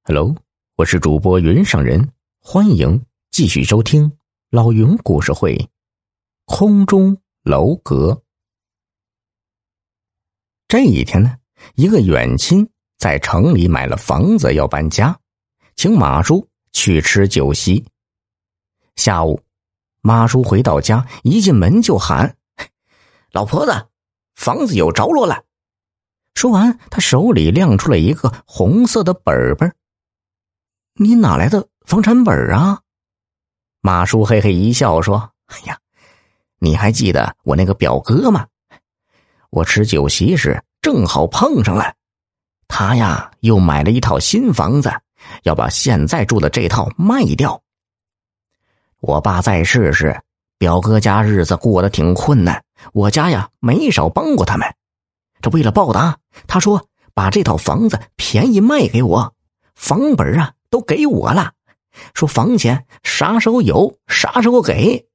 Hello， 我是主播云上人，欢迎继续收听老云故事会。空中楼阁。这一天呢，一个远亲在城里买了房子要搬家，请马叔去吃酒席。下午，马叔回到家，一进门就喊：“老婆子，房子有着落了。”说完，他手里亮出了一个红色的本本。你哪来的房产本啊？马叔嘿嘿一笑说：“哎呀，你还记得我那个表哥吗？我吃酒席时正好碰上了，他呀又买了一套新房子，要把现在住的这套卖掉。我爸在世时，表哥家日子过得挺困难，我家呀没少帮过他们。这为了报答，他说把这套房子便宜卖给我，房本啊都给我了，说房钱啥时候有啥时候给。”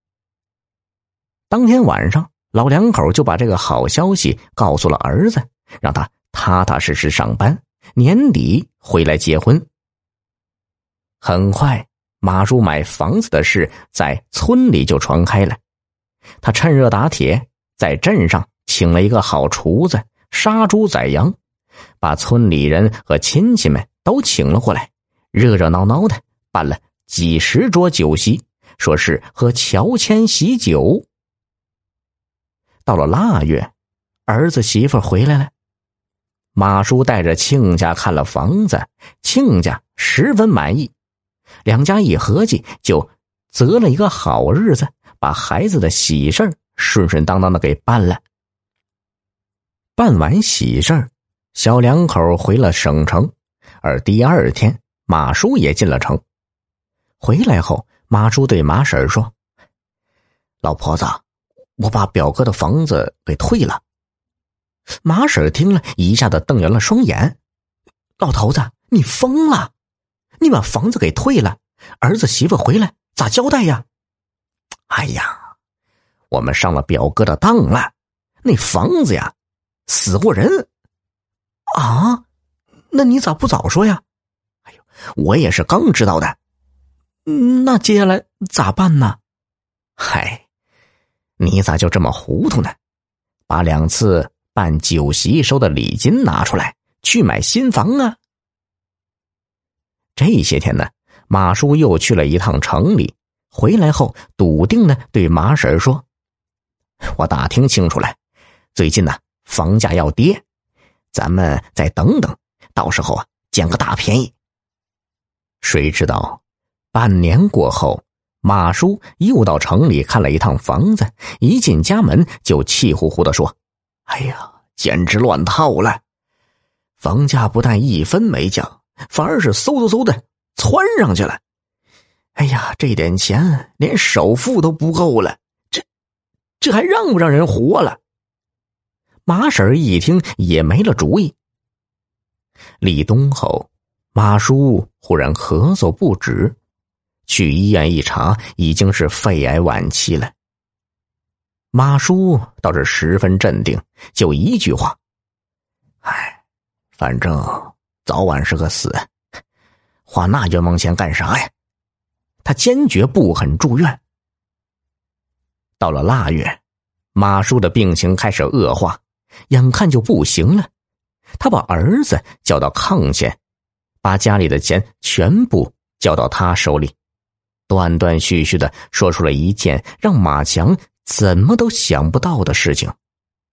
当天晚上，老两口就把这个好消息告诉了儿子，让他踏踏实实上班，年底回来结婚。很快，马叔买房子的事在村里就传开了。他趁热打铁，在镇上请了一个好厨子，杀猪宰羊，把村里人和亲戚们都请了过来，热热闹闹的办了几十桌酒席，说是喝乔迁喜酒。到了腊月，儿子媳妇回来了，马叔带着亲家看了房子，亲家十分满意，两家一合计，就择了一个好日子，把孩子的喜事顺顺当当的给办了。办完喜事，小两口回了省城，而第二天马叔也进了城。回来后，马叔对马婶说：“老婆子，我把表哥的房子给退了。”马婶听了一下子瞪圆了双眼：“老头子，你疯了？你把房子给退了，儿子媳妇回来咋交代呀？”“哎呀，我们上了表哥的当了，那房子呀死过人。”“啊，那你咋不早说呀？”“哎呦，我也是刚知道的。”“那接下来咋办呢？”“嗨，你咋就这么糊涂呢？把2次办酒席收的礼金拿出来，去买新房啊！”这些天呢，马叔又去了一趟城里，回来后笃定的对马婶说：“我打听清楚了，最近呢房价要跌，咱们再等等，到时候啊捡个大便宜。”谁知道半年过后，马叔又到城里看了一趟房子，一进家门就气呼呼地说：“哎呀，简直乱套了！房价不但1分没降，反而是嗖的窜上去了。哎呀，这点钱连首付都不够了，这还让不让人活了？”马婶一听也没了主意。立冬后，马叔忽然咳嗽不止，去医院一查，已经是肺癌晚期了。马叔倒是十分镇定，就一句话：“哎，反正早晚是个死，花那冤枉钱干啥呀？”他坚决不肯住院。到了腊月，马叔的病情开始恶化，眼看就不行了。他把儿子叫到炕前，把家里的钱全部交到他手里，断断续续的说出了一件让马强怎么都想不到的事情：“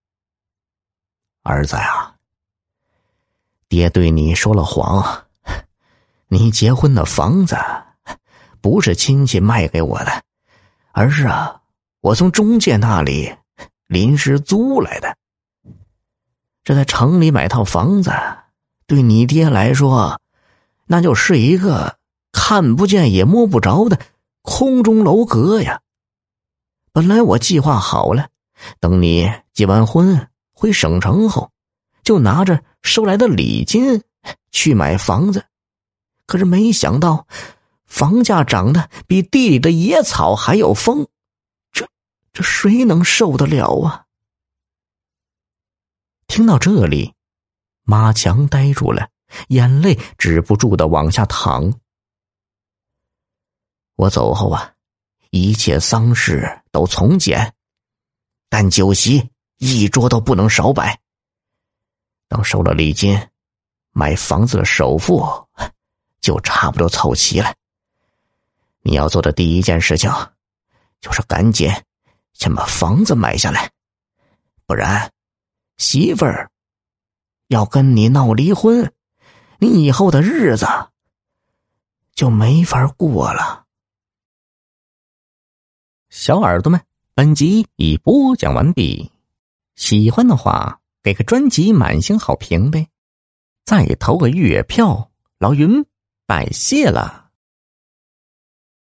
儿子呀，爹对你说了谎，你结婚的房子不是亲戚卖给我的，而是我从中介那里临时租来的。这在城里买套房子，对你爹来说，那就是一个看不见也摸不着的空中楼阁呀。本来我计划好了，等你结完婚回省城后，就拿着收来的礼金去买房子，可是没想到房价涨得比地里的野草还要疯，这谁能受得了啊？”听到这里，马强呆住了， 眼泪止不住的往下淌。我走后啊，一切丧事都从简，但酒席一桌都不能少摆。等收了礼金，买房子的首付就差不多凑齐了。你要做的第一件事情，就是赶紧先把房子买下来，不然媳妇儿要跟你闹离婚，你以后的日子就没法过了。小耳朵们，本集已播讲完毕，喜欢的话给个专辑满星好评呗，再投个月票，老云拜谢了。